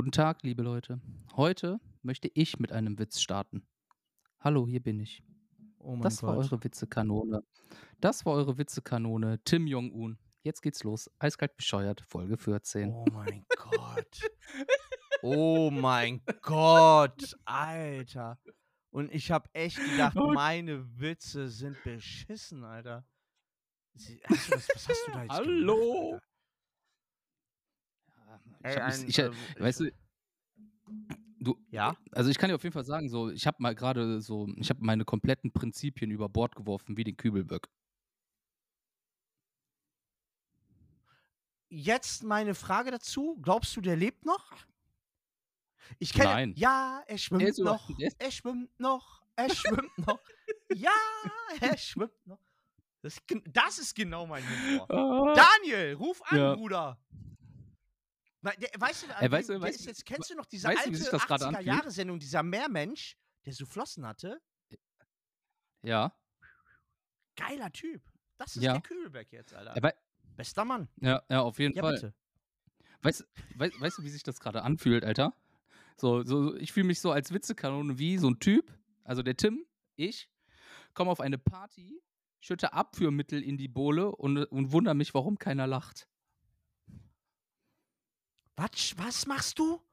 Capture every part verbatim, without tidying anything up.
Guten Tag, liebe Leute. Heute möchte ich mit einem Witz starten. Hallo, hier bin ich. Oh mein Das war Gott. eure Witzekanone. Das war eure Witzekanone, Tim Jong-un. Jetzt geht's los. Eiskalt bescheuert, Folge vierzehn. Oh mein Gott. Oh mein Gott, Alter. Und ich habe echt gedacht, Und meine Witze sind beschissen, Alter. Sie hast du das was hast du da jetzt gemacht, Hallo. Alter? Ja, ich Ey, habe mich, ein, ich, äh, äh, w ich weißt du, du, äh, ja? also ich kann dir auf jeden Fall sagen, so, ich habe mal gerade so, ich habe meine kompletten Prinzipien über Bord geworfen, wie den Kübelböck. Jetzt meine Frage dazu, glaubst du, der lebt noch? Ich kenne Nein. ja, er Der ist schwimmt über, noch, der ist, er schwimmt noch, er schwimmt noch. Ja, er schwimmt noch. Das gen das ist genau mein Humor. Ah, Daniel, ruf an, ja. Bruder. Wei der weißt du, Ey, an weißt wen du, der weißt ist du, jetzt kennst du noch diese weißt du, wie sich alte das gerade anfühlt? achtziger-Jahre-Sendung, dieser Meermensch, der so Flossen hatte? Ja, Geiler Typ. Das ist der ja. Kübelberg jetzt, Alter. Ja, wei Bester Mann. ja, ja, auf jeden Ja, Fall. bitte. Weißt wei weißt du, wie sich das gerade anfühlt, Alter? So so ich fühle mich so als Witzekanone wie so 'n Typ, also der Tim, ich, komme auf eine Party, schütte Abführmittel in die Bowle und und wundere mich, warum keiner lacht. Watsch was machst du?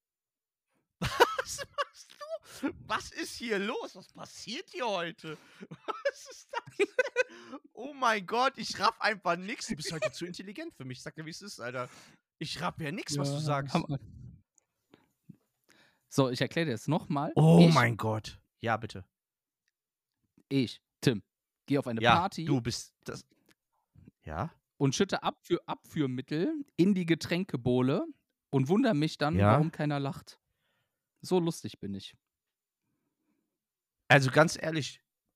Was machst du? Was ist hier los? Was passiert hier heute? Was ist das denn? Oh mein Gott, ich raff einfach nix. Du bist heute zu intelligent für mich. Sag dir, wie's ist, Alter. Ich raff ja nix, was du Ja, sagst. Hammer. So, ich erkläre dir das noch mal. Oh Ich mein Gott. Ja, bitte. ich, Tim, gehe auf eine Ja, Party du bist das ja? und schütte Abführ Abführmittel in die Getränkebowle und wundere mich dann, Ja? warum keiner lacht. So lustig bin ich. Also, ganz ehrlich,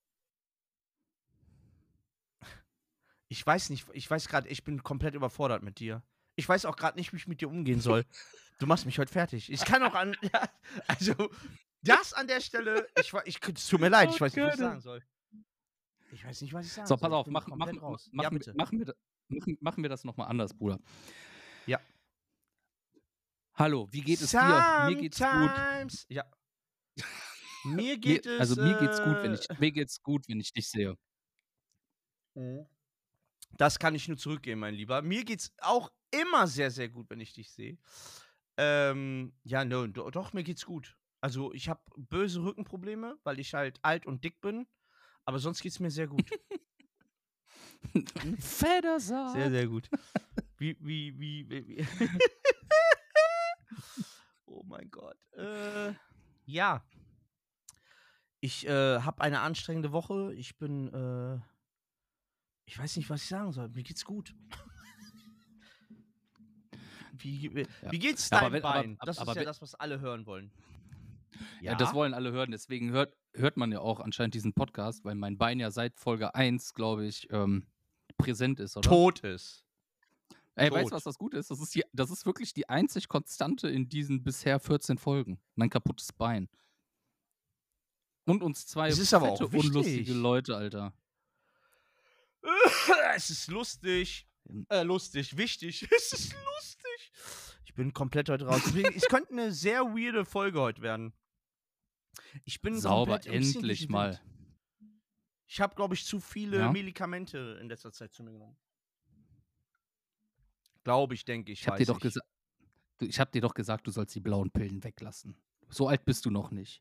ich weiß nicht ich weiß grad ich bin komplett überfordert mit dir. Ich weiß auch grad nicht, wie ich mit dir umgehen soll. Du machst mich heute fertig. Ich kann auch an ja, also, das an der Stelle, ich wei ich es tut mir leid, Oh ich weiß nicht, was ich Gott. sagen soll. Ich weiß nicht, was ich So, sagen pass soll. Ich auf, bin machen komplett machen raus. Ja, machen bitte. machen wir da machen machen wir das noch mal anders, Bruder. Ja. Hallo, wie geht es dir? Mir geht's gut. Sometimes ja. Mir Mir geht also, es, mir geht's gut, wenn äh ich mir geht's gut, wenn ich dich sehe. Mhm. Das kann ich nur zurückgeben, mein Lieber. Mir geht's auch immer sehr, sehr gut, wenn ich dich sehe. Ähm, ja, no, do doch, mir geht's gut. Also, ich habe böse Rückenprobleme, weil ich halt alt und dick bin, aber sonst geht's mir sehr gut. 'N fetter Sehr, Sack. sehr gut. Wie wie wie wie wie Oh mein Gott. Äh, ja. Ich, äh, habe eine anstrengende Woche. Ich bin, äh ich weiß nicht, was ich sagen soll. Mir geht's gut. Wie wie Ja. wie geht's Ja, aber deinem wenn aber Bein? ab Das ist aber ja we das, was alle hören wollen. ja, das Ja? wollen alle hören, deswegen hört hört man ja auch anscheinend diesen Podcast, weil mein Bein ja seit Folge eins, glaube ich, ähm, präsent ist, oder? Tot ist. Ey, weißt du, was Tot. das Gute ist? Das ist die das ist wirklich die einzig Konstante in diesen bisher vierzehn Folgen. Mein kaputtes Bein. Und uns zwei Es ist aber fette, auch unlustige wichtig. Leute, Alter. Es ist lustig. Ähm, Äh, lustig, wichtig. Es ist lustig. Ich bin komplett heute raus. Deswegen, es könnte 'ne sehr weirde Folge heute werden. Ich bin sauber, komplett 'n bisschen durch endlich den mal. Wind. Ich habe, glaube ich, zu viele Ja? Medikamente in letzter Zeit zu mir genommen. Glaube ich, denke ich, Ich habe dir weiß doch ich. gesa du, ich habe dir doch gesagt, du sollst die blauen Pillen weglassen. So alt bist du noch nicht.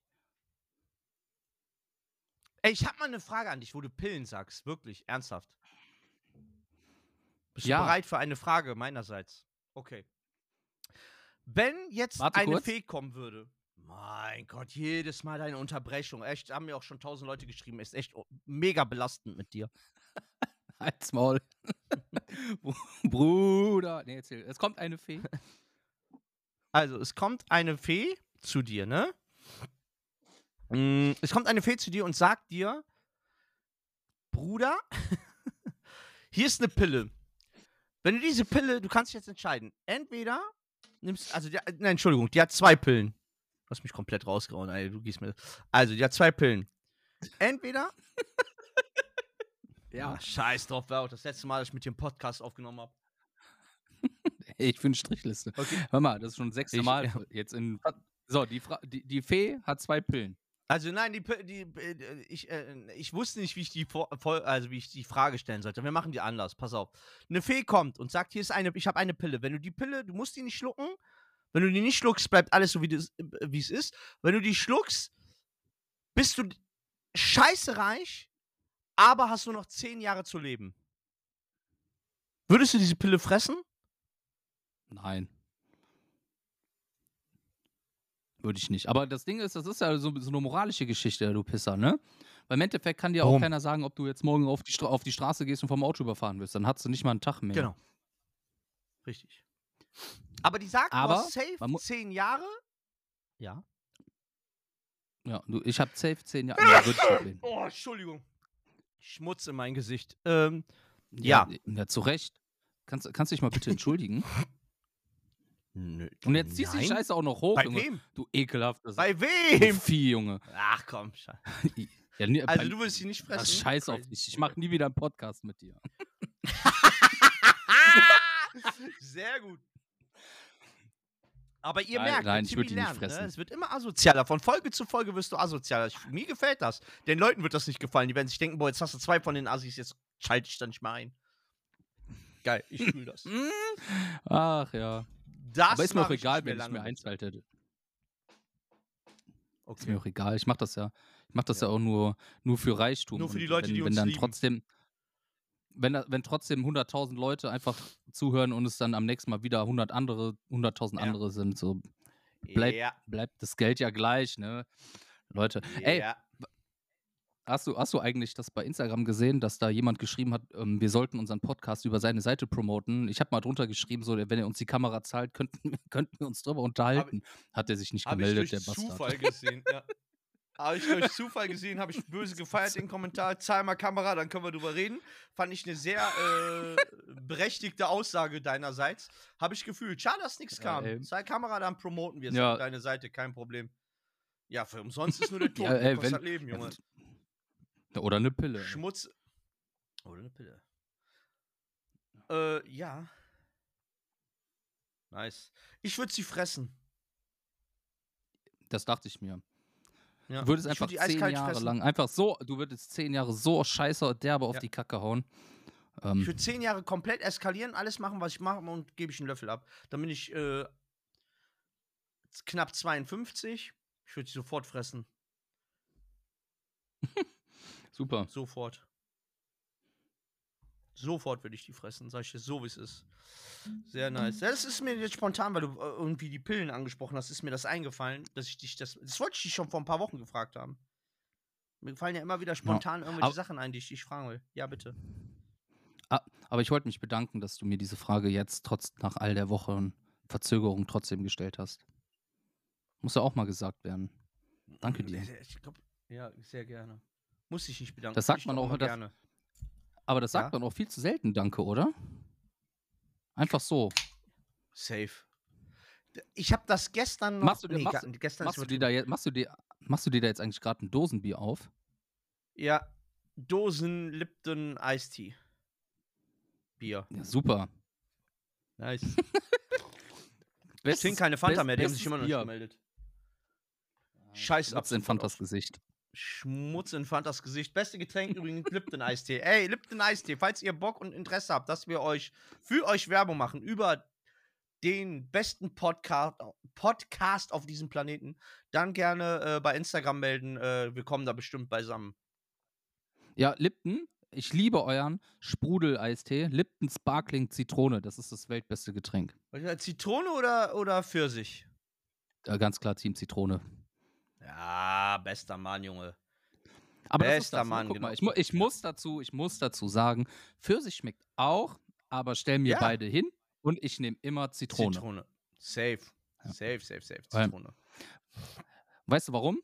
Ey, ich habe mal 'ne Frage an dich, wo du Pillen sagst, wirklich, ernsthaft. Bist du Ja, bereit für eine Frage meinerseits? Okay. Wenn jetzt warte eine kurz. Fee kommen würde mein Gott, jedes Mal deine Unterbrechung. Echt, haben mir auch schon tausend Leute geschrieben. Ist echt o mega belastend mit dir. Halt's Maul. Bru Bruder. Ne, erzähl. Es kommt eine Fee. Also, es kommt eine Fee zu dir, ne? Hm, es kommt eine Fee zu dir und sagt dir: „Bruder, hier ist 'ne Pille. Wenn du diese Pille du kannst dich jetzt entscheiden. Entweder nimmst also, die nein, Entschuldigung, die hat zwei Pillen. Du hast mich komplett rausgehauen, ey, du gehst mir also, die hat zwei Pillen. Entweder Ja. ah, scheiß drauf, war auch das letzte Mal, dass ich mit dir 'n Podcast aufgenommen habe. Ich für eine Strichliste. Okay. Hör mal, das ist schon das sechste Ich- Mal ja. jetzt in. So, die, Fra die, die Fee hat zwei Pillen. Also nein, die, Pi- die, äh, ich, äh, ich wusste nicht, wie ich die vor, voll- also wie ich die Frage stellen sollte. Wir machen die anders. Pass auf. Eine Fee kommt und sagt, hier ist eine, ich habe eine Pille. Wenn du die Pille, du musst die nicht schlucken. Wenn du die nicht schluckst, bleibt alles so wie das, äh, wie es ist. Wenn du die schluckst, bist du scheiße reich, aber hast nur noch zehn Jahre zu leben. Würdest du diese Pille fressen? Nein. Würde ich nicht. Aber das Ding ist, das ist ja so, so eine moralische Geschichte, du Pisser, ne? Weil im Endeffekt kann dir auch Warum? keiner sagen, ob du jetzt morgen auf die, Stra auf die Straße gehst und vom Auto überfahren wirst. Dann hast du nicht mal einen Tag mehr. Genau. Richtig. Aber die sagt, Aber du hast safe man mu- zehn Jahre. Ja. Ja, du, ich habe safe zehn Jahre. Ja, würde ich nicht wählen. Oh, Entschuldigung. Schmutz in mein Gesicht. Ähm, Ja, Ja. ja, zu Recht. Kannst, kannst du dich mal bitte entschuldigen? nö, Und jetzt ziehst du die nein. Scheiße auch noch hoch, Bei Junge. wem? Du ekelhaftes Bei du wem? Vieh, Junge. Ach komm. Sche- Ja, nee, Also bei- du willst sie nicht Ach, fressen? scheiß auf Crazy. dich. Ich mache nie wieder einen Podcast mit dir. Sehr gut. Aber ihr Nein, merkt, nein, der ich würd Timmy die nicht lernt, ne? fressen. Es wird immer asozialer. Von Folge zu Folge wirst du asozialer. Ich, mir gefällt das. Den Leuten wird das nicht gefallen. Die werden sich denken, boah, jetzt hast du zwei von den Assis, jetzt schalte ich da nicht mehr ein. Geil, ich fühle das. Ach ja. Das Aber ist mir mach auch ich egal, nicht mehr wenn ich lange mir mit. einschalte. Ist Okay. mir auch egal. Ich mach das ja. Ich mach das ja, Ja. auch nur, nur für Reichtum. Nur für die Und Leute, wenn, die wenn uns dann lieben. trotzdem, wenn, da- wenn trotzdem hunderttausend Leute einfach zuhören und es dann am nächsten Mal wieder hundert andere, hunderttausend Ja. andere sind, so bleibt Ja. bleibt das Geld ja gleich, ne? Leute, ey, Ja. hast du, hast du eigentlich das bei Instagram gesehen, dass da jemand geschrieben hat, ähm, wir sollten unseren Podcast über seine Seite promoten? Ich habe mal drunter geschrieben, so, wenn er uns die Kamera zahlt, könnten, könnten wir uns drüber unterhalten. Hat er sich nicht Habe ich gemeldet, durch der Bastard. Zufall gesehen, ja. Habe ich durch Zufall gesehen, habe ich böse gefeiert, den Kommentar, zahl mal Kamera, dann können wir drüber reden. Fand ich eine sehr äh, berechtigte Aussage deinerseits. Habe ich gefühlt. Schade, dass nichts Ja, kam. ey. Zahl Kamera, dann promoten wir es Ja. auf deine Seite, kein Problem. Ja, für umsonst ist nur der Tod. Ja, ey, kostet wenn- Leben, Junge. Oder eine Pille. ey. Schmutz. Oder eine Pille. Äh, ja. Nice. Ich würde sie fressen. Das dachte ich mir. Ja. Du würdest Ich einfach würd die zehn eiskalt Jahre fressen. lang, einfach so, du würdest zehn Jahre so scheiße und derbe auf Ja. die Kacke hauen. Ich Ähm, würde zehn Jahre komplett eskalieren, alles machen, was ich mache und gebe ich einen Löffel ab. Dann bin ich äh, knapp zweiundfünfzig. Ich würde sie sofort fressen. super. Sofort. Sofort würde ich die fressen, sag ich dir so, wie es ist. Sehr nice. Ja, das ist mir jetzt spontan, weil du äh, irgendwie die Pillen angesprochen hast, ist mir das eingefallen, dass ich dich das. Das wollte ich dich schon vor ein paar Wochen gefragt haben. Mir fallen ja immer wieder spontan irgendwelche Aber- Sachen ein, die ich dich fragen will. Ja, bitte. Aber ich wollte mich bedanken, dass du mir diese Frage jetzt trotz nach all der Wochen Verzögerung trotzdem gestellt hast. Muss ja auch mal gesagt werden. Danke dir. Ich glaub, ja, sehr gerne. Muss ich nicht bedanken. Das sagt Ich man doch auch, immer das- gerne. Aber das sagt Ja? man auch viel zu selten, danke, oder? Einfach so. Safe. Ich habe das gestern noch. Machst du dir- machst ga- gestern Machst ist du, dir übertrieben. da jetzt, machst, du dir, machst du dir da jetzt eigentlich gerade ein Dosenbier auf? Ja, Dosen Lipton Iced Tea. Bier. Ja, super. Nice. Ich Bestes- trinke keine Fanta best- mehr, die haben sich bestes immer noch nicht Bier. gemeldet. Scheiß Scheiß in Fantas Gesicht. Schmutz in Fantas Gesicht. Beste Getränk übrigens Lipton Eistee. Ey, Lipton Eistee, falls ihr Bock und Interesse habt, dass wir euch für euch Werbung machen über den besten Podcast, Podcast auf diesem Planeten, dann gerne äh, bei Instagram melden. Äh, wir kommen da bestimmt beisammen. Ja, Lipton, ich liebe euren Sprudel-Eistee. Lipton Sparkling Zitrone, das ist das weltbeste Getränk. Zitrone oder, oder Pfirsich? Äh, ganz klar Team Zitrone. Ja, bester Mann, Junge. Aber das ist Bester das, ne? Mann, Guck genau mal, ich, mu ich, so. muss dazu, ich muss dazu sagen, Pfirsich schmeckt auch, aber stell mir Ja. beide hin und ich nehme immer Zitrone. Zitrone. Safe. Ja. Safe, safe, safe. Weil- Zitrone. Weißt du warum?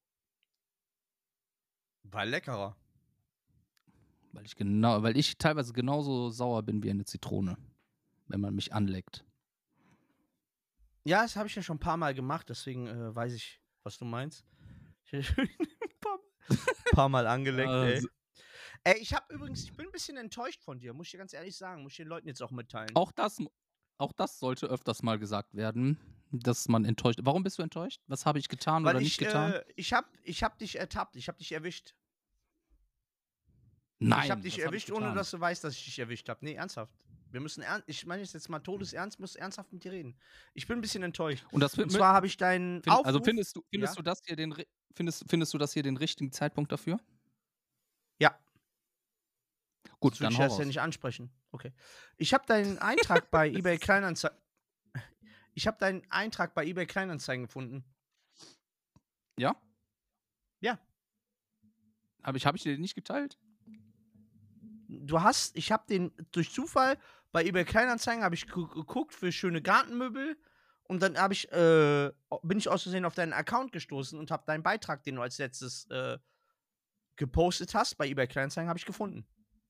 Weil leckerer. Weil ich genau, weil ich teilweise genauso sauer bin wie eine Zitrone, wenn man mich anleckt. Ja, das habe ich ja schon ein paar Mal gemacht, deswegen äh, weiß ich, was du meinst. Ich hab ein paar, paar Mal angeleckt, ey. Also- Ey, ich habe übrigens, ich bin ein bisschen enttäuscht von dir, muss ich dir ganz ehrlich sagen, muss ich den Leuten jetzt auch mitteilen. Auch das, mu- auch das sollte öfters mal gesagt werden, dass man enttäuscht. Warum bist du enttäuscht? Was habe ich getan Weil oder nicht ich, getan? äh, ich hab, ich hab dich ertappt, ich hab dich erwischt. Ich hab Nein, dich was habe ich erwischt, ohne getan? dass du weißt, dass ich dich erwischt hab. Nee, ernsthaft. Wir müssen ernst, ich meine jetzt mal todesernst, muss ernsthaft mit dir reden. Ich bin ein bisschen enttäuscht. Und das Und fin zwar habe ich deinen fin also Aufruf. findest du findest Ja? du das hier den ri findest findest du das hier den richtigen Zeitpunkt dafür? Ja. Gut, Sonst würde dann ich hau das ja raus. nicht ansprechen. Okay. Ich habe deinen Eintrag bei eBay Kleinanzeigen. Ich habe deinen Eintrag bei eBay Kleinanzeigen gefunden. Ja? Ja. Habe ich habe ich dir den nicht geteilt? Du hast, ich habe den durch Zufall bei eBay Kleinanzeigen habe ich gu geguckt für schöne Gartenmöbel und dann habe ich äh, bin ich aus Versehen auf deinen Account gestoßen und habe deinen Beitrag, den du als letztes äh, gepostet hast bei eBay Kleinanzeigen, habe ich gefunden.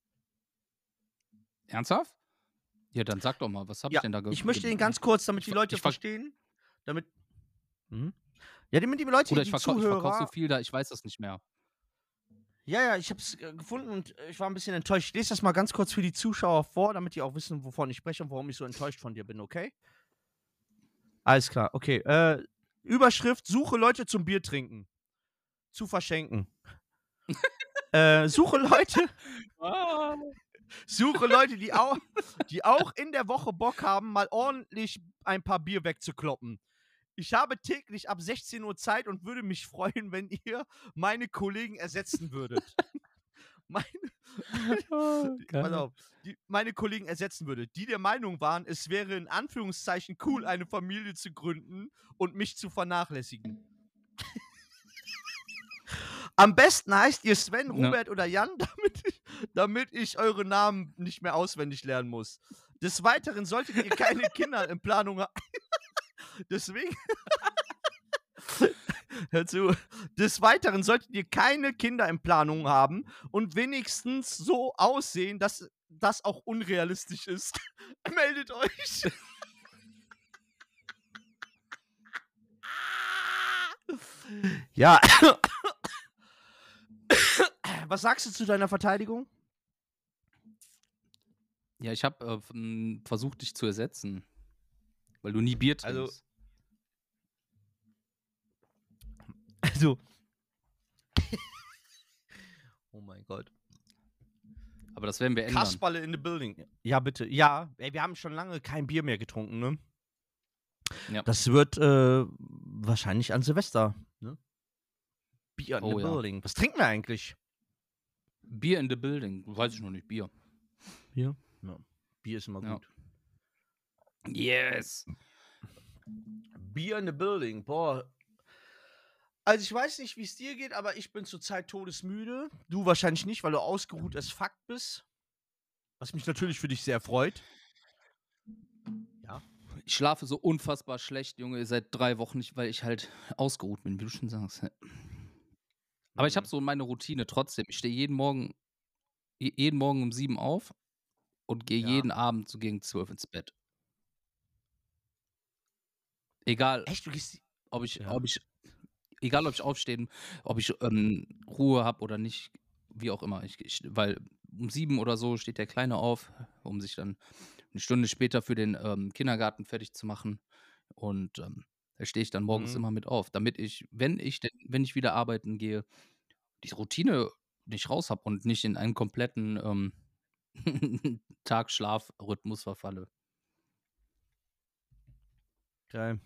Ernsthaft? Ja, dann sag doch mal, was habe ich Ja, denn da ge ich möchte ge den ganz kurz, damit ich die ver Leute ich ver verstehen, damit mhm. Ja, damit die Leute, Bruder, ich die verkau ich verkaufe so Zuhörer viel da, ich weiß das nicht mehr. Ja, ja, ich habe es äh, gefunden und äh, ich war ein bisschen enttäuscht. Ich lese das mal ganz kurz für die Zuschauer vor, damit die auch wissen, wovon ich spreche und warum ich so enttäuscht von dir bin, okay? Alles klar, okay. Äh, Überschrift: Suche Leute zum Bier trinken. Zu verschenken. äh, suche Leute, Ah. suche Leute, die auch, die auch in der Woche Bock haben, mal ordentlich ein paar Bier wegzukloppen. Ich habe täglich ab sechzehn Uhr Zeit und würde mich freuen, wenn ihr meine Kollegen ersetzen würdet. meine, Oh, pass geil. auf, die, meine Kollegen ersetzen würde, die der Meinung waren, es wäre in Anführungszeichen cool, eine Familie zu gründen und mich zu vernachlässigen. Am besten heißt ihr Sven, Ja. Robert oder Jan, damit ich, damit ich eure Namen nicht mehr auswendig lernen muss. Des Weiteren solltet ihr keine Kinder in Planung haben. Deswegen. Hör zu. Des Weiteren solltet ihr keine Kinder in Planung haben und wenigstens so aussehen, dass das auch unrealistisch ist. Meldet euch. Ja. Was sagst du zu deiner Verteidigung? Ja, ich habe äh, f- m, versucht, dich zu ersetzen, weil du nie Bier Also- trinkst. Also. Oh mein Gott. Aber das werden wir ändern. Kasperle in the building. Ja, bitte. Ja, ey, wir haben schon lange kein Bier mehr getrunken, ne? Ja. Das wird äh, wahrscheinlich an Silvester, ne? Bier in Oh the ja. building. Was trinken wir eigentlich? Bier in the building. Weiß ich noch nicht. Bier. Bier? Ja. Bier ist immer Ja. gut. Yes. Bier in the building. Boah. Also ich weiß nicht, wie es dir geht, aber ich bin zurzeit todesmüde. Du wahrscheinlich nicht, weil du ausgeruht as fuck bist. Was mich natürlich für dich sehr freut. Ja. Ich schlafe so unfassbar schlecht, Junge, seit drei Wochen nicht, weil ich halt ausgeruht bin, wie du schon sagst. Aber ich habe so meine Routine trotzdem. Ich stehe jeden Morgen, je- jeden Morgen um sieben auf und gehe Ja. jeden Abend so gegen zwölf ins Bett. Egal, Echt, du gehst. ob ich, Ja. ob ich, egal ob ich aufstehen, ob ich ähm, Ruhe habe oder nicht, wie auch immer. Ich, ich, weil um sieben oder so steht der Kleine auf, um sich dann eine Stunde später für den ähm, Kindergarten fertig zu machen. Und ähm, da stehe ich dann morgens Mhm. immer mit auf, damit ich, wenn ich, denn, wenn ich wieder arbeiten gehe, die Routine nicht raus habe und nicht in einen kompletten ähm, Tagschlafrhythmus verfalle. Geil.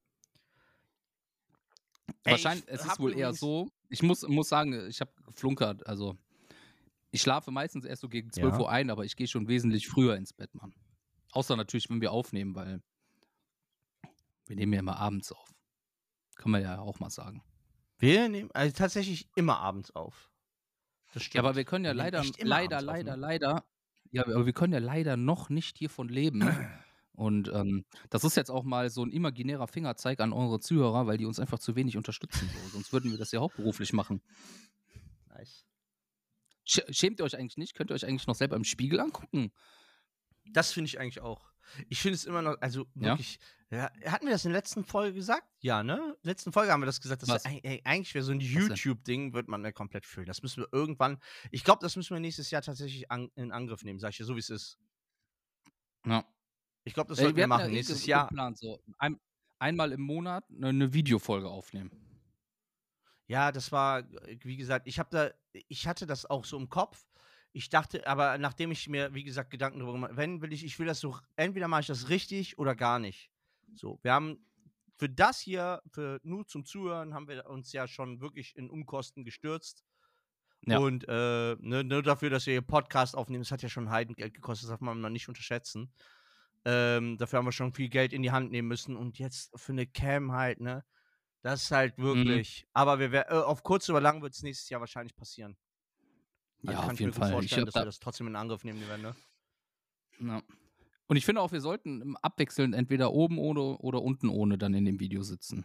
Wahrscheinlich, Ey, ich es ist hab wohl eher übrigens- so, ich muss, muss sagen, ich habe geflunkert, also ich schlafe meistens erst so gegen zwölf Ja. Uhr ein, aber ich gehe schon wesentlich früher ins Bett, Mann. Außer natürlich, wenn wir aufnehmen, weil wir nehmen ja immer abends auf. Kann man ja auch mal sagen. Wir nehmen also tatsächlich immer abends auf. Das stimmt. Ja, aber wir können ja Wir nehmen leider, echt immer leider, abends auf, leider, ne? leider, ja, aber wir können ja leider noch nicht hiervon leben. Und ähm, das ist jetzt auch mal so ein imaginärer Fingerzeig an unsere Zuhörer, weil die uns einfach zu wenig unterstützen. So. Sonst würden wir das ja hauptberuflich machen. Nice. Sch- Schämt ihr euch eigentlich nicht? Könnt ihr euch eigentlich noch selber im Spiegel angucken? Das finde ich eigentlich auch. Ich finde es immer noch, also Ja? wirklich, ja, hatten wir das in der letzten Folge gesagt? Ja, ne? In der letzten Folge haben wir das gesagt, dass Was? wir, ey, eigentlich wäre so ein denn? YouTube-Ding, wird man ja komplett füllen. Das müssen wir irgendwann, ich glaube, das müssen wir nächstes Jahr tatsächlich an, in Angriff nehmen, sag ich dir so, wie es ist. Ja. Ich glaube, das Äh, sollten wir wir hatten ja machen eh nächstes ge Jahr. geplant, so ein einmal im Monat 'ne 'ne Videofolge aufnehmen. Ja, das war, äh, wie gesagt, ich habe da ich hatte das auch so im Kopf. Ich dachte aber, nachdem ich mir, wie gesagt, Gedanken darüber gemacht wenn will ich ich will das so entweder mache ich das richtig oder gar nicht. So, wir haben für das hier, für nur zum Zuhören, haben wir uns ja schon wirklich in Unkosten gestürzt. Ja. Und, äh, ne, nur dafür, dass wir hier Podcast aufnehmen, das hat ja schon Heidengeld gekostet, das darf man mal nicht unterschätzen. Ähm, dafür haben wir schon viel Geld in die Hand nehmen müssen und jetzt für 'ne Cam halt, ne? Das ist halt Mhm. wirklich aber wir wer äh, auf kurz oder lang wird's nächstes Jahr wahrscheinlich passieren. Also, Ja, kann auf ich mir jeden gut Fall. Ich vorstellen, habe dass wir da das trotzdem in Angriff nehmen werden, ne? Ja. Und ich finde auch, wir sollten, ähm, abwechselnd entweder oben ohne oder unten ohne dann in dem Video sitzen.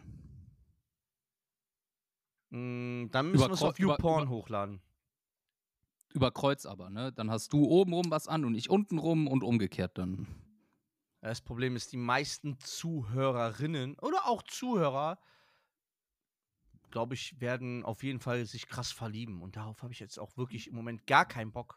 Hm, dann müssen Über wir's Kreu auf über über YouPorn hochladen. über Kreuz aber, ne? Dann hast du obenrum was an und ich untenrum und umgekehrt dann. Ja, das Problem ist, die meisten Zuhörerinnen oder auch Zuhörer glaube ich, werden auf jeden Fall sich krass verlieben und darauf habe ich jetzt auch wirklich im Moment gar keinen Bock.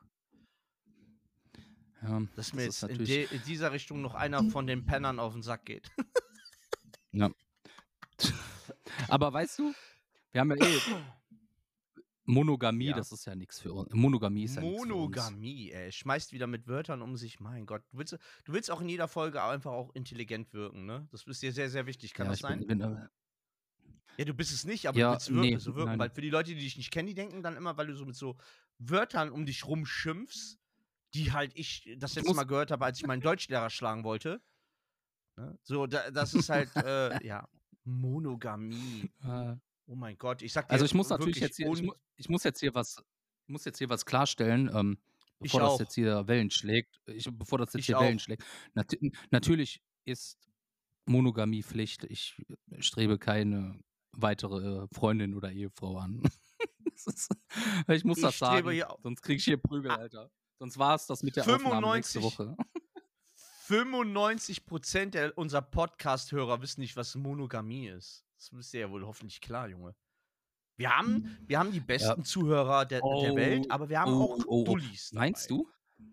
Ja, Dass mir das ist jetzt in natürlich de in dieser Richtung noch einer von den Pennern auf 'n Sack geht. Ja. Aber weißt du, wir haben ja eh Monogamie, Ja. das ist ja nix für un Monogamie ist ja nix für uns. Monogamie, ey, schmeißt wieder mit Wörtern um sich, mein Gott. Du willst du willst auch in jeder Folge einfach auch intelligent wirken, ne? Das ist dir sehr, sehr wichtig. Kann Ja, das ich bin sein? bin, äh Ja, du bist es nicht, aber du Ja, willst wir ne, so wirken, nein. weil für die Leute, die dich nicht kennen, die denken dann immer, weil du so mit so Wörtern um dich rum schimpfst, die halt ich das Ich letzte muss Mal gehört habe, als ich meinen Deutschlehrer schlagen wollte. Ne? So, da das ist halt, äh, ja, Monogamie. Äh. Oh mein Gott, ich sage Also, dir ich muss natürlich wirklich jetzt hier ich mu und ich muss jetzt hier was ich muss jetzt hier was klarstellen, ähm, Ich bevor das jetzt auch. hier Wellen schlägt. Ich bevor das jetzt Ich hier Wellen auch. schlägt. Nat natürlich ist Monogamie Pflicht. Ich strebe keine weitere, äh, Freundin oder Ehefrau an. Das ist ich muss Ich das strebe sagen, hier au sonst kriege ich hier Prügel, a Alter. Sonst war's das mit der Aufnahme nächste fünfundneunzig Woche. fünfundneunzig Prozent der unserer Podcast-Hörer wissen nicht, was Monogamie ist. Das ist dir ja wohl hoffentlich klar, Junge. Wir haben wir haben die Ja. besten Zuhörer der der Welt, Oh, aber wir haben oh, auch oh, oh. Dullis Meinst dabei. du?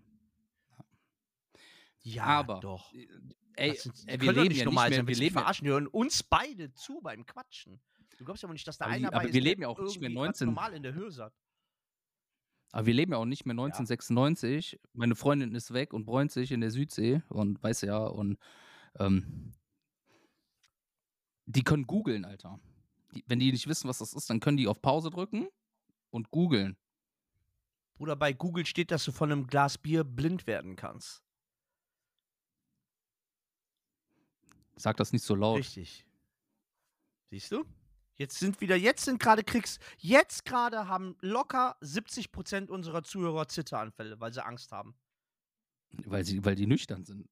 Ja, Aber, doch. äh, ey Das sind die ey, wir können doch leben nicht ja nicht normal mehr sein, wir willst du mich leben ja verarschen? Die hören uns beide zu beim Quatschen. Du glaubst ja wohl nicht, dass da Aber einer die dabei aber wir ist, der leben ja auch nicht mehr irgendwie was neunzehn normal in der Höhe sagt. Aber wir leben ja auch nicht mehr Ja. neunzehnhundertsechsundneunzig. Meine Freundin ist weg und bräunt sich in der Südsee und weißt ja und, ähm die können googeln, Alter. Die wenn die nicht wissen, was das ist, dann können die auf Pause drücken und googeln. Bruder, bei Google steht, dass du von 'nem Glas Bier blind werden kannst. Sag das nicht so laut. Richtig. Siehst du? Jetzt sind wieder jetzt sind grade Kriegs jetzt grade haben locker siebzig Prozent unserer Zuhörer Zitteranfälle, weil sie Angst haben. Weil sie weil die nüchtern sind.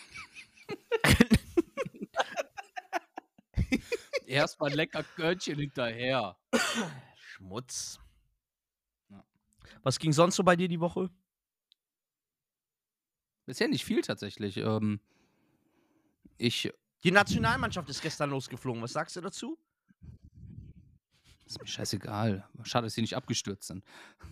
Erst mal lecker Körnchen hinterher. Schmutz. Ja. Was ging sonst so bei dir die Woche? Bisher nicht viel tatsächlich. Ähm, ich Die Nationalmannschaft ist gestern losgeflogen. Was sagst du dazu? Ist mir scheißegal. Schade, dass sie nicht abgestürzt sind.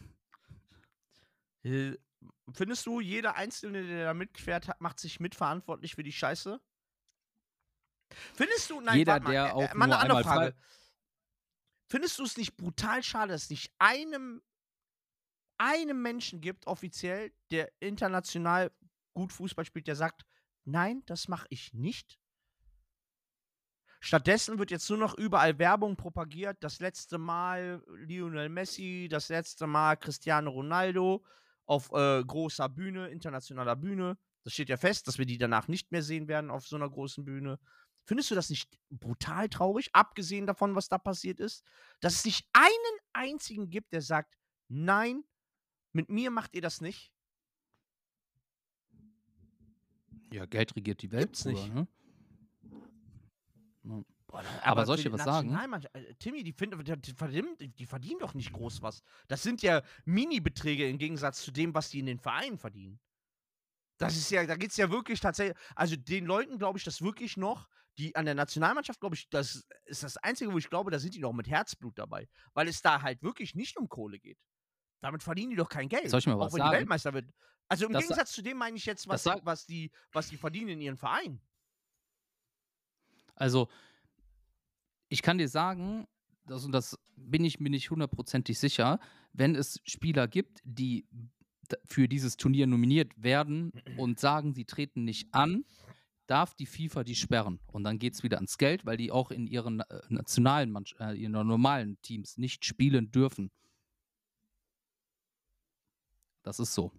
Äh, findest du, jeder Einzelne, der da mitfährt, hat macht sich mitverantwortlich für die Scheiße? Findest du nein, Jeder, warte mal, der äh, auch mal 'ne nur andere einmal frei Frage. Findest du es nicht brutal schade, dass es nicht einem einem Menschen gibt offiziell, der international gut Fußball spielt, der sagt: „Nein, das mache ich nicht?“ Stattdessen wird jetzt nur noch überall Werbung propagiert. Das letzte Mal Lionel Messi, das letzte Mal Cristiano Ronaldo auf, äh, großer Bühne, internationaler Bühne. Das steht ja fest, dass wir die danach nicht mehr sehen werden auf so 'ner großen Bühne. Findest du das nicht brutal traurig, abgesehen davon, was da passiert ist, dass es nicht einen einzigen gibt, der sagt: „Nein, mit mir macht ihr das nicht?“ Ja, Geld regiert die Welt, Gibt's Bruder, nicht. ne? Ja. Boah, da Aber aber soll für ich dir die was sagen? Nationalmannsch äh, Timmy, die finden d die verdimmen die verdienen doch nicht groß was. Das sind ja Minibeträge im Gegensatz zu dem, was die in den Vereinen verdienen. Das ist ja da geht's ja wirklich tatsä also, den Leuten glaube ich das wirklich noch, die an der Nationalmannschaft glaube ich, das ist das Einzige, wo ich glaube, da sind die noch mit Herzblut dabei, weil es da halt wirklich nicht um Kohle geht. Damit verdienen die doch kein Soll Geld, ich mal auch was wenn die sagen? Weltmeister wird Also im Das sa Gegensatz zu dem meine ich jetzt, das was sag was die was die verdienen in ihren Vereinen. Also ich kann dir sagen, das und das bin ich mir nicht hundertprozentig sicher, wenn es Spieler gibt, die d für dieses Turnier nominiert werden und sagen, sie treten nicht an, darf die FIFA die sperren. Und dann geht's wieder ans Geld, weil die auch in ihren, äh, nationalen Mannsch äh, ihren normalen Teams nicht spielen dürfen. Das ist so.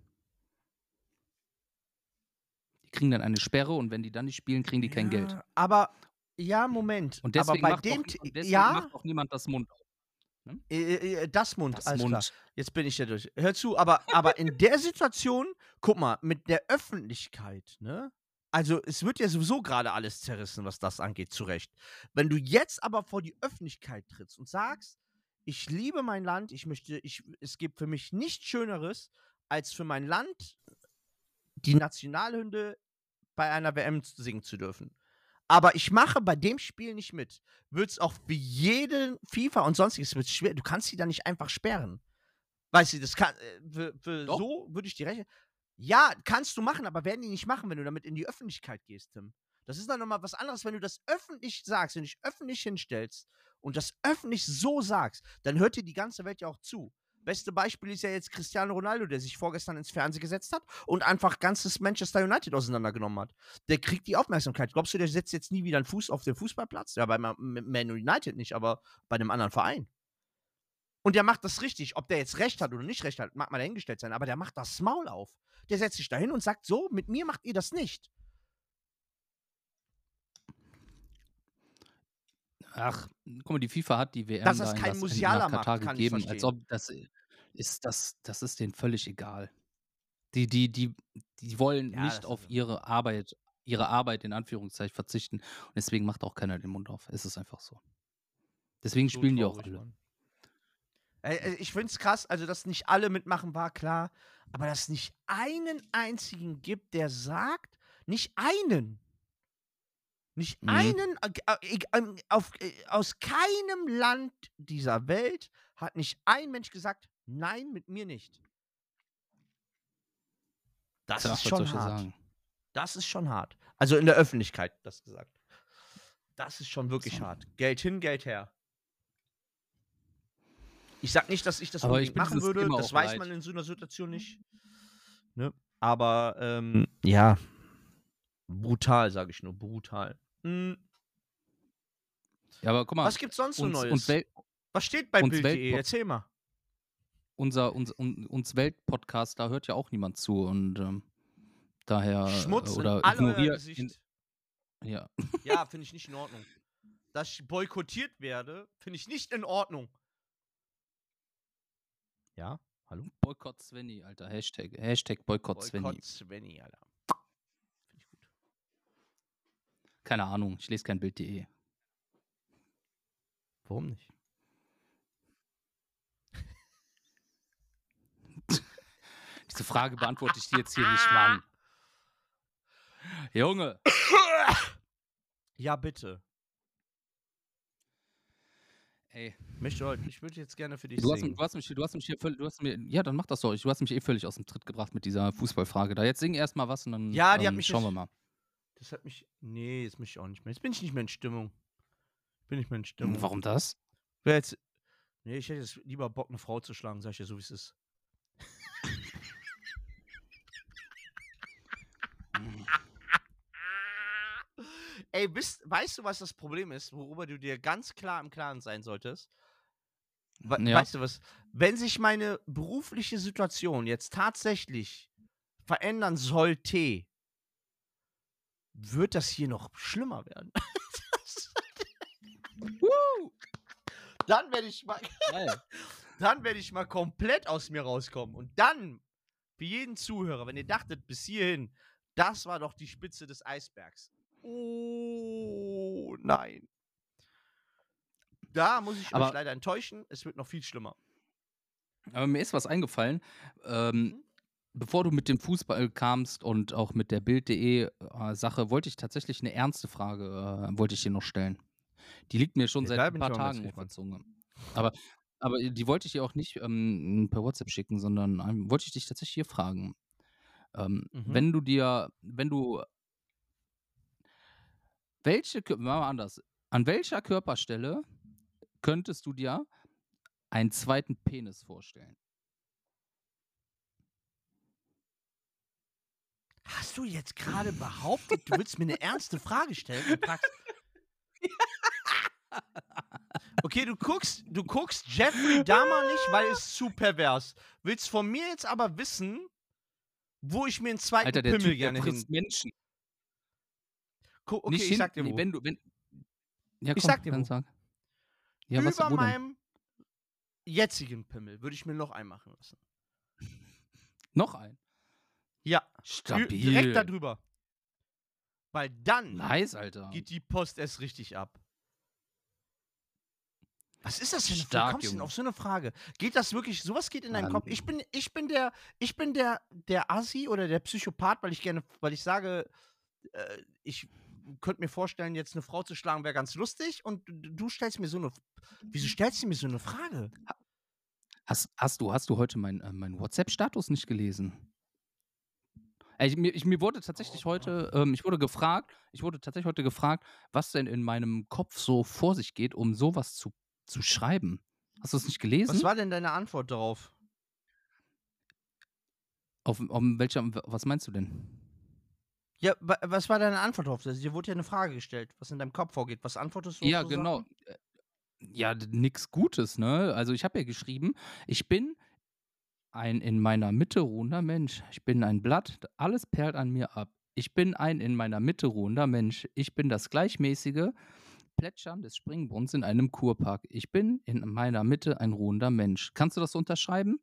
Die kriegen dann eine Sperre und wenn die dann nicht spielen, kriegen die kein Geld. Ja, aber ja, Moment. Und Aber deswegen bei macht auch dem nie T und deswegen ja? macht auch niemand das Mund auf, ne? Äh, äh, das Mund, Das alles klar. Mund. Jetzt bin ich ja durch. Hör zu, aber aber in der Situation, guck mal, mit der Öffentlichkeit, ne? Also, es wird ja sowieso gerade alles zerrissen, was das angeht, zu Recht. Wenn du jetzt aber vor die Öffentlichkeit trittst und sagst: „Ich liebe mein Land, ich möchte ich es gibt für mich nichts Schöneres, als für mein Land die Nationalhymne bei einer W M z singen zu dürfen. Aber ich mache bei dem Spiel nicht mit." Wird's auch für jeden FIFA und Sonstiges wird's schwer. Du kannst die da nicht einfach sperren. Weißt du, das kann äh, für für Doch. so würde ich dir recht ja, kannst du machen, aber werden die nicht machen, wenn du damit in die Öffentlichkeit gehst, Tim. Das ist dann noch mal was anderes, wenn du das öffentlich sagst, wenn du dich öffentlich hinstellst und das öffentlich so sagst, dann hört dir die ganze Welt ja auch zu. Beste Beispiel ist ja jetzt Cristiano Ronaldo, der sich vorgestern ins Fernsehen gesetzt hat und einfach ganzes Manchester United auseinandergenommen hat. Der kriegt die Aufmerksamkeit. Glaubst du, der setzt jetzt nie wieder 'n Fuß auf den Fußballplatz? Ja, bei Ma M Man United nicht, aber bei 'nem anderen Verein. Und der macht das richtig. Ob der jetzt recht hat oder nicht recht hat, mag mal dahingestellt sein, aber der macht das Maul auf. Der setzt sich da hin und sagt: „So, mit mir macht ihr das nicht." Ach, guck mal, die FIFA hat die Dass WM da das in kein das in nach Musiala Katar macht, kann ich gegeben, als verstehen. ob das äh, ist das das ist denen völlig egal. Die die die die wollen Ja, nicht das ist auf so. ihre Arbeit ihre Arbeit in Anführungszeichen verzichten und deswegen macht auch keiner den Mund auf. Es ist einfach so. Deswegen So spielen die auch traurig, alle. Mann. Ey, äh, ich finde es krass, also, dass nicht alle mitmachen, war klar, aber dass es nicht einen einzigen gibt, der sagt nicht einen nicht Mhm. einen, äh, g äh, eg ähm, auf äh, aus keinem Land dieser Welt hat nicht ein Mensch gesagt: „Nein, mit mir nicht." Das Tja, ist was soll schon ich dir hart. sagen? Das ist schon hart. Also, in der Öffentlichkeit das gesagt. Das ist schon wirklich So. hart. Geld hin, Geld her. Ich sage nicht, dass ich das Aber ich unbedingt bin machen dieses würde. Thema Das auch weiß leid. man in so 'ner Situation nicht, ne? Aber, ähm, ja. Brutal, sage ich nur, brutal. Hm. Ja, aber guck mal, Was gibt's sonst so uns uns Neues? Wel Was steht bei uns Bild.de? Weltpod Erzähl mal. unser uns un uns Weltpodcast, da hört ja auch niemand zu und, ähm, daher äh, Schmutz in oder all euer ignoriert in Gesicht. ja. Ja, finde ich nicht in Ordnung. Dass ich boykottiert werde, finde ich nicht in Ordnung. Ja, hallo? Boykott Svenny, Alter. Hashtag Hashtag Boykott Svenny. Boykott Svenny, Alter. Finde ich gut. Keine Ahnung, ich lese kein Bild.de. Warum nicht? Diese Frage beantworte ich dir jetzt hier nicht, Mann. Junge. Ja, bitte. Ey. Möchte heute ich würde jetzt gerne für dich Du hast mi singen. du hast mich du hast mich hier völ du hast mir ja, dann mach das doch. Du hast mich eh völlig aus'm Tritt gebracht mit dieser Fußballfrage da. Jetzt sing erst mal was und dann, Ja, die hat ähm, mich schauen wir jetzt mal. das hat mich ne, jetzt möchte ich auch nicht mehr. Jetzt bin ich nicht mehr in Stimmung. Bin nicht mehr in Hm, Stimmung. warum das? Wäre jetzt ne, ich hätte jetzt lieber Bock, 'ne Frau zu schlagen, sage ich dir so, wie's ist. Hm. Ey, bist weißt du, was das Problem ist, worüber du dir ganz klar im Klaren sein solltest? Wei Ja. weißt du was? Wenn sich meine berufliche Situation jetzt tatsächlich verändern sollte wird das hier noch schlimmer werden. Woo! Dann werde ich mal Geil. dann werde ich mal komplett aus mir rauskommen und dann für jeden Zuhörer, wenn ihr dachtet bis hierhin, das war doch die Spitze des Eisbergs. Oh, nein. Da muss ich euch Aber leider enttäuschen, es wird noch viel schlimmer. Aber mir ist was eingefallen, ähm, Mhm. bevor du mit dem Fußball kamst und auch mit der Bild.de, äh, Sache, wollte ich tatsächlich 'ne ernste Frage äh, wollte ich dir noch stellen. Die liegt mir schon Ja, seit da 'n bin ich paar auch ganz Tagen auf der gespannt. Zunge. Aber aber die wollte ich dir auch nicht, ähm, per WhatsApp schicken, sondern, ähm, wollte ich dich tatsächlich hier fragen. Ähm, Mhm. wenn du dir, wenn du, welche, Kö- machen wir mal anders, an welcher Körperstelle könntest du dir einen zweiten Penis vorstellen? Hast du jetzt gerade behauptet, du willst mir eine ernste Frage stellen und fragst, okay, du guckst, du guckst Jeffrey Dahmer nicht, weil es zu pervers. Willst von mir jetzt aber wissen, wo ich mir einen zweiten Alter, der Pimmel Typ, der gerne frisst hin. Menschen. Gu- Okay, Nicht ich hin, sag dir nee, wo. wenn du, wenn, ja Ich komm, sag dir dann wo. sag. Ja, was, Über wo denn? meinem jetzigen Pimmel würde ich mir noch einen machen lassen. Noch ein. Ja, ü- Stabil. direkt da drüber. Weil dann Nice, Alter. geht die Post erst richtig ab. Was ist das denn? Wie Stark, kommst du denn Junge. auf so eine Frage? Geht das wirklich, sowas geht in deinem Mann. Kopf? Ich bin, ich bin der, ich bin der, der Assi oder der Psychopath, weil ich gerne, weil ich sage, äh, ich könnte mir vorstellen, jetzt eine Frau zu schlagen wäre ganz lustig und du, du stellst mir so eine, wieso stellst du mir so eine Frage? Hast, hast du, hast du heute meinen äh, mein WhatsApp-Status nicht gelesen? Ey, Ich, mir, ich, mir wurde tatsächlich Oh. heute, ähm, ich wurde gefragt, ich wurde tatsächlich heute gefragt, was denn in meinem Kopf so vor sich geht, um sowas zu, zu schreiben. Hast du es nicht gelesen? Was war denn deine Antwort darauf? Auf, auf welcher, was meinst du denn? Ja, wa- was war deine Antwort darauf? Also, dir wurde ja eine Frage gestellt, was in deinem Kopf vorgeht. Was antwortest du auf Ja, so genau. Sachen? Äh, Ja, d- nix Gutes, ne? Also ich habe ja geschrieben, ich bin ein in meiner Mitte ruhender Mensch. Ich bin ein Blatt, alles perlt an mir ab. Ich bin ein in meiner Mitte ruhender Mensch. Ich bin das gleichmäßige Plätschern des Springbrunnens in einem Kurpark. Ich bin in meiner Mitte ein ruhender Mensch. Kannst du das unterschreiben?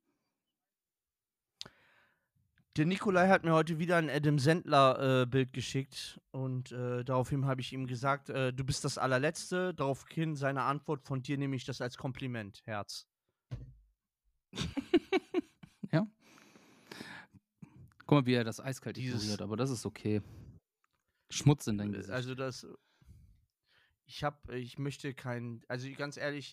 Der Nikolai hat mir heute wieder ein Adam Sandler-Bild geschickt und äh, daraufhin habe ich ihm gesagt, äh, du bist das allerletzte. Daraufhin seine Antwort von dir nehme ich das als Kompliment, Herz. Ja. Guck mal, wie er das eiskalt Dieses- ignoriert, aber das ist okay. Schmutz in dein Gesicht. Also das, ich habe, ich möchte keinen, also ganz ehrlich,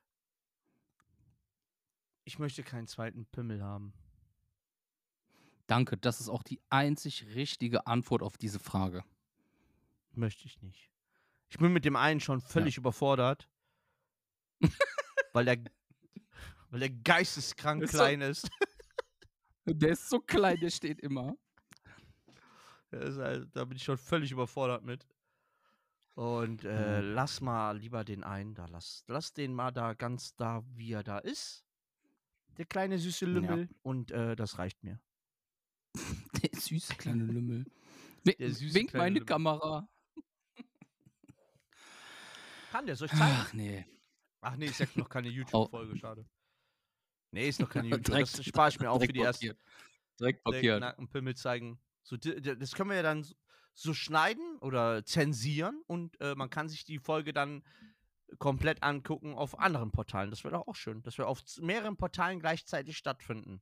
ich möchte keinen zweiten Pimmel haben. Danke, das ist auch die einzig richtige Antwort auf diese Frage. Möchte ich nicht. Ich bin mit dem einen schon völlig überfordert, weil der, weil der geisteskrank Ist so- klein ist. Der ist so klein, der steht immer. Der ist halt, da bin ich schon völlig überfordert mit. Und äh, Mhm. lass mal lieber den einen da, lass, lass den mal da ganz da, wie er da ist. Der kleine süße Lümmel. Und äh, das reicht mir. Der süße kleine Lümmel. Wink, Der süße wink kleine meine Lümmel. Kamera. Kann der, soll ich zeigen? Ach nee. Ach nee, ist ja noch keine YouTube-Folge, schade. Nee, ist noch keine YouTube. Direkt- Das spare ich mir auch für direkt die erste. blockiert. Direkt Direkt blockiert. Nacken, Pimmel zeigen. So, di- di- das können wir ja dann so- so schneiden oder zensieren und äh, man kann sich die Folge dann komplett angucken auf anderen Portalen. Das wäre doch auch schön, dass wir auf z- mehreren Portalen gleichzeitig stattfinden.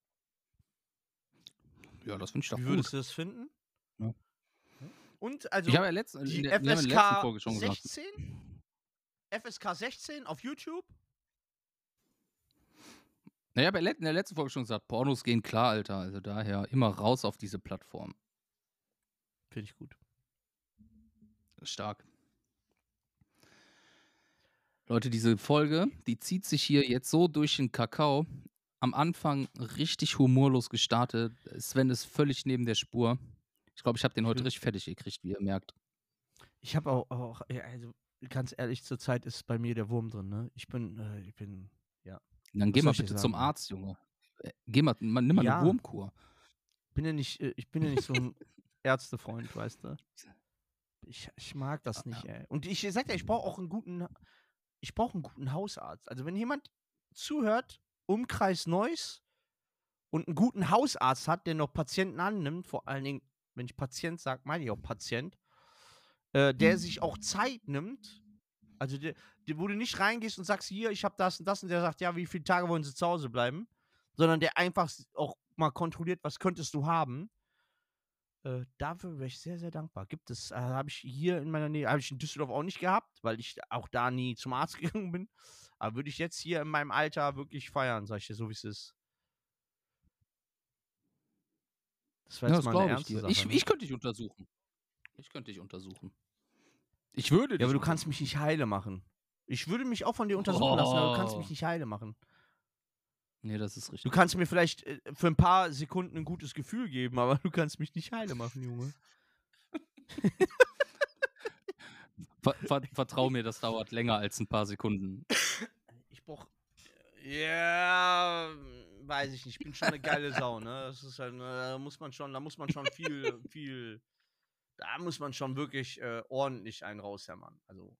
Ja, das finde ich doch Wie gut. würdest du das finden? Ja. Und also Ich habe ja letzten, die in der, wir haben in der letzten FSK Folge schon gesagt. sechzehn? F S K sechzehn auf YouTube? Na, ich habe ja let- in der letzten Folge schon gesagt, Pornos gehen klar, Alter. Also daher immer raus auf diese Plattform. Finde ich gut. Stark. Leute, diese Folge, die zieht sich hier jetzt so durch den Kakao. Am Anfang richtig humorlos gestartet. Sven ist völlig neben der Spur. Ich glaube, ich habe den Ich heute will- richtig fertig gekriegt, wie ihr merkt. Ich habe auch, auch, ja, also ganz ehrlich, zurzeit ist bei mir der Wurm drin, ne? Ich bin, äh, ich bin, Dann Was geh soll mal ich dir bitte sagen, zum ey? Arzt, Junge. Äh, Geh mal, mal nimm mal Ja. eine Wurmkur. bin ja nicht, äh, ich bin ja nicht so ein Ärztefreund, weißt du? Ich, ich mag das nicht, ey. Und ich sag ja, ich brauche auch einen guten, ich brauche einen guten Hausarzt. Also wenn jemand zuhört, Umkreis Neuss und einen guten Hausarzt hat, der noch Patienten annimmt, vor allen Dingen, wenn ich Patient sage, meine ich auch Patient, äh, der sich auch Zeit nimmt, also der, der, wo du nicht reingehst und sagst, hier, ich habe das und das und der sagt, ja, wie viele Tage wollen sie zu Hause bleiben, sondern der einfach s- auch mal kontrolliert, was könntest du haben. Äh, dafür wäre ich sehr, sehr dankbar. Gibt es, äh, habe ich hier in meiner Nähe, habe ich in Düsseldorf auch nicht gehabt, weil ich auch da nie zum Arzt gegangen bin. Aber würde ich jetzt hier in meinem Alter wirklich feiern, sag ich dir, so wie es ist. Das war Ja, jetzt das mal eine glaube ich ernste dir. Sache, Ich, ne? ich könnte dich untersuchen. Ich könnte dich untersuchen. Ich würde Ja, dich aber du kannst mich untersuchen. nicht heile machen. Ich würde mich auch von dir untersuchen lassen, aber du kannst mich Oh. nicht heile machen. Nee, das ist Du richtig. kannst mir vielleicht äh, für ein paar Sekunden ein gutes Gefühl geben, aber du kannst mich nicht heile machen, Junge. Ver ver vertrau mir, das dauert länger als ein paar Sekunden. Ich brauch. Ja, weiß ich nicht. Ich bin schon eine geile Sau, ne? Das ist halt, ne, da muss man schon, da muss man schon viel, viel. Da muss man schon wirklich äh, ordentlich einen raushämmern. Also.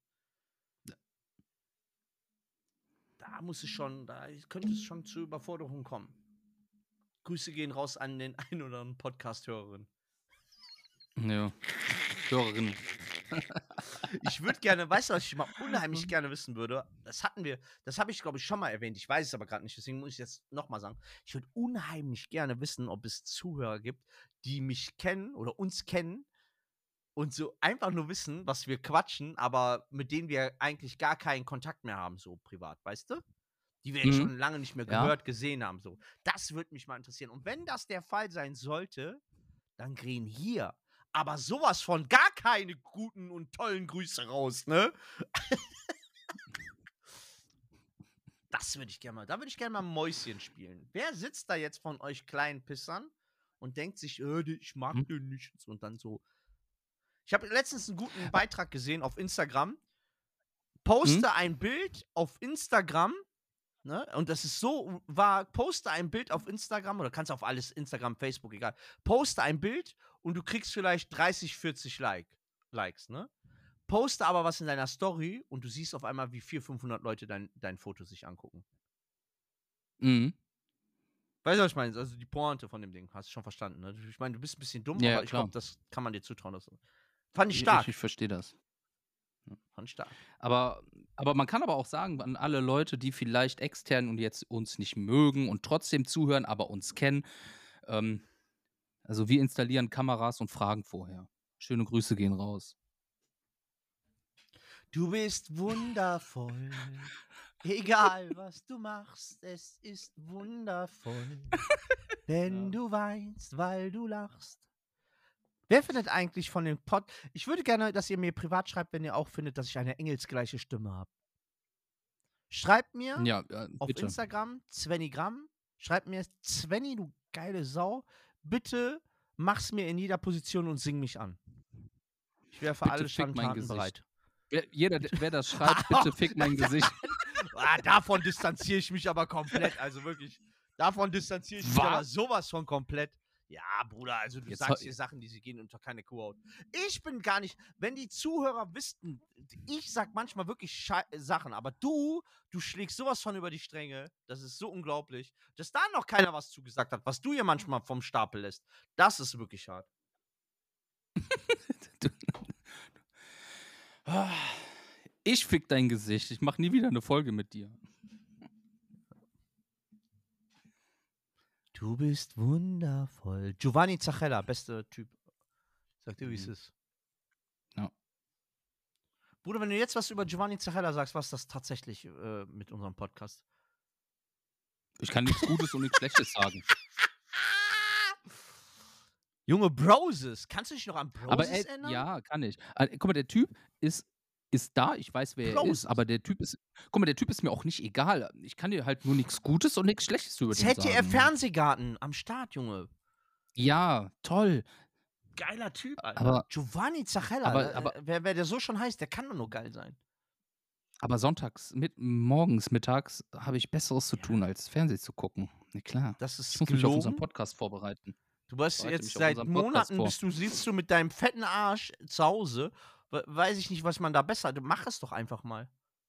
Da muss es schon, da könnte es schon zu Überforderungen kommen. Grüße gehen raus an den ein oder anderen Podcast-Hörerin. Ja. Hörerin. Ich würde gerne, weißt du, was ich mal unheimlich gerne wissen würde? Das hatten wir, das habe ich, glaube ich, schon mal erwähnt. Ich weiß es aber gerade nicht, deswegen muss ich jetzt nochmal sagen. Ich würde unheimlich gerne wissen, ob es Zuhörer gibt, die mich kennen oder uns kennen und so einfach nur wissen, was wir quatschen, aber mit denen wir eigentlich gar keinen Kontakt mehr haben, so privat, weißt du? Die wir Mhm. schon lange nicht mehr Ja. gehört, gesehen haben, so. Das würde mich mal interessieren. Und wenn das der Fall sein sollte, dann gehen hier aber sowas von gar keine guten und tollen Grüße raus, ne? Das würde ich gerne mal, da würde ich gerne mal Mäuschen spielen. Wer sitzt da jetzt von euch kleinen Pissern und denkt sich, äh, ich mag Hm? den nicht und dann so. Ich habe letztens einen guten Beitrag gesehen auf Instagram. Poste Hm? ein Bild auf Instagram, ne? Und das ist so, war, poste ein Bild auf Instagram oder kannst auf alles, Instagram, Facebook, egal. Poste ein Bild und du kriegst vielleicht dreißig, vierzig like, Likes, ne? Poste aber was in deiner Story und du siehst auf einmal, wie vierhundert, fünfhundert Leute dein, dein Foto sich angucken. Mhm. Weißt du, was ich meine? Also die Pointe von dem Ding, hast du schon verstanden, ne? Ich meine, du bist ein bisschen dumm, Ja, aber ja, ich klar. glaube, das kann man dir zutrauen. Das fand ich Ich, stark. ich, ich verstehe das. Fand ich stark. Aber, aber man kann aber auch sagen, an alle Leute, die vielleicht extern und jetzt uns nicht mögen und trotzdem zuhören, aber uns kennen, ähm, also wir installieren Kameras und fragen vorher. Schöne Grüße gehen raus. Du bist wundervoll. Egal, was du machst, es ist wundervoll. Wenn Ja. du weinst, weil du lachst. Wer findet eigentlich von dem Pod... Ich würde gerne, dass ihr mir privat schreibt, wenn ihr auch findet, dass ich eine engelsgleiche Stimme habe. Schreibt mir Ja, äh, auf bitte. Instagram, Svennygramm, schreibt mir, Svenny, du geile Sau, bitte mach's mir in jeder Position und sing mich an. Ich wäre für Bitte alle fick mein Schandtaten Gesicht. bereit. Wer, jeder, der- wer das schreibt, bitte fick mein Gesicht. Ah, davon distanziere ich mich aber komplett. Also wirklich, davon distanziere ich mich Was? aber sowas von komplett. Ja, Bruder, also du Jetzt sagst heu- hier Sachen, die sie gehen unter keine Kuhhaut. Ich bin gar nicht, wenn die Zuhörer wüssten, ich sag manchmal wirklich Schei Sachen, aber du, du schlägst sowas von über die Stränge. Das ist so unglaublich. Dass da noch keiner was zugesagt hat, was du hier manchmal vom Stapel lässt. Das ist wirklich hart. Du- Ah, Ich fick dein Gesicht. Ich mach nie wieder eine Folge mit dir. Du bist wundervoll. Giovanni Zachella, bester Typ. Sag dir, wie es Mhm. ist. Ja. Bruder, wenn du jetzt was über Giovanni Zachella sagst, was ist das tatsächlich äh, mit unserem Podcast? Ich kann nichts Gutes und nichts Schlechtes sagen. Junge, Broses. Kannst du dich noch an Broses Aber ey, erinnern? ja, kann ich. Äh, Guck mal, der Typ ist, ist da, ich weiß, wer er Broses. ist, aber der Typ ist, guck mal, der Typ ist mir auch nicht egal. Ich kann dir halt nur nichts Gutes und nichts Schlechtes über den Z D F sagen. Fernsehgarten am Start, Junge. Ja, toll. Geiler Typ, Alter. Aber- Giovanni Zachella. aber- äh, aber- wer, wer der so schon heißt, der kann doch nur geil sein. Aber sonntags, mit, morgens, mittags habe ich Besseres zu Ja. tun, als Fernsehen zu gucken. Na klar. Das ist Ich muss mich auf unseren gelogen. Podcast vorbereiten. Du weißt Bereite jetzt mich auf seit unseren Podcast Monaten vor. bist du, sitzt du mit deinem fetten Arsch zu Hause. We- Weiß ich nicht, was man da besser. Mach es doch einfach mal.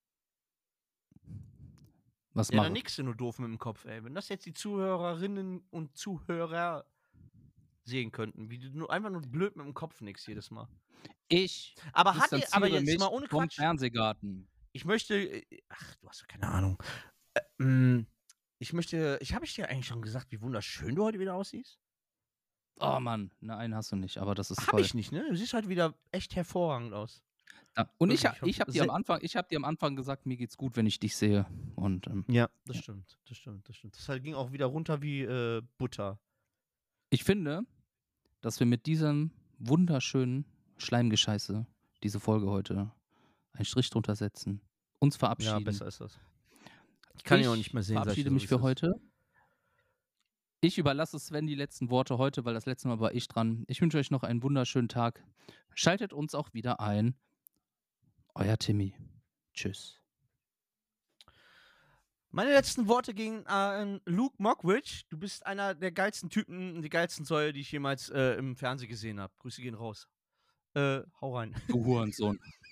Was Ja, dann machen? nix du nur doof mit dem Kopf, ey. Wenn das jetzt die Zuhörerinnen und Zuhörer sehen könnten, wie du nur, einfach nur blöd mit dem Kopf nix jedes Mal. Ich Aber hat ihr, distanziere aber jetzt mich mal ohne vom Quatsch. Fernsehgarten. Ich möchte, äh, ach, du hast doch keine Ahnung. Äh, mh, ich möchte, ich habe ich dir eigentlich schon gesagt, wie wunderschön du heute wieder aussiehst? Oh Mann, nein, hast du nicht, aber das ist Hab toll. ich nicht, ne? Du siehst heute wieder echt hervorragend aus. Ja, und ich, Wirklich, ha- ich habe dir am se- Anfang, ich habe dir am Anfang gesagt, mir geht's gut, wenn ich dich sehe. Und ähm, Ja, das Ja. stimmt, das stimmt, das stimmt. Das halt ging auch wieder runter wie äh, Butter. ich finde, dass wir mit diesem wunderschönen Schleimgescheiße diese Folge heute einen Strich drunter setzen, uns Ja, verabschieden. besser ist das. Ich kann ihn auch Ich nicht mehr sehen, sag ich verabschiede dir so, mich wie es für ist. heute. Ich überlasse Sven die letzten Worte heute, weil das letzte Mal war ich dran. Ich wünsche euch noch einen wunderschönen Tag. Schaltet uns auch wieder ein. Euer Timmy. Tschüss. Meine letzten Worte gingen an Luke Mockridge. Du bist einer der geilsten Typen, die geilsten Säue, die ich jemals äh, im Fernsehen gesehen habe. Grüße gehen raus. Äh, hau rein. Du Hurensohn.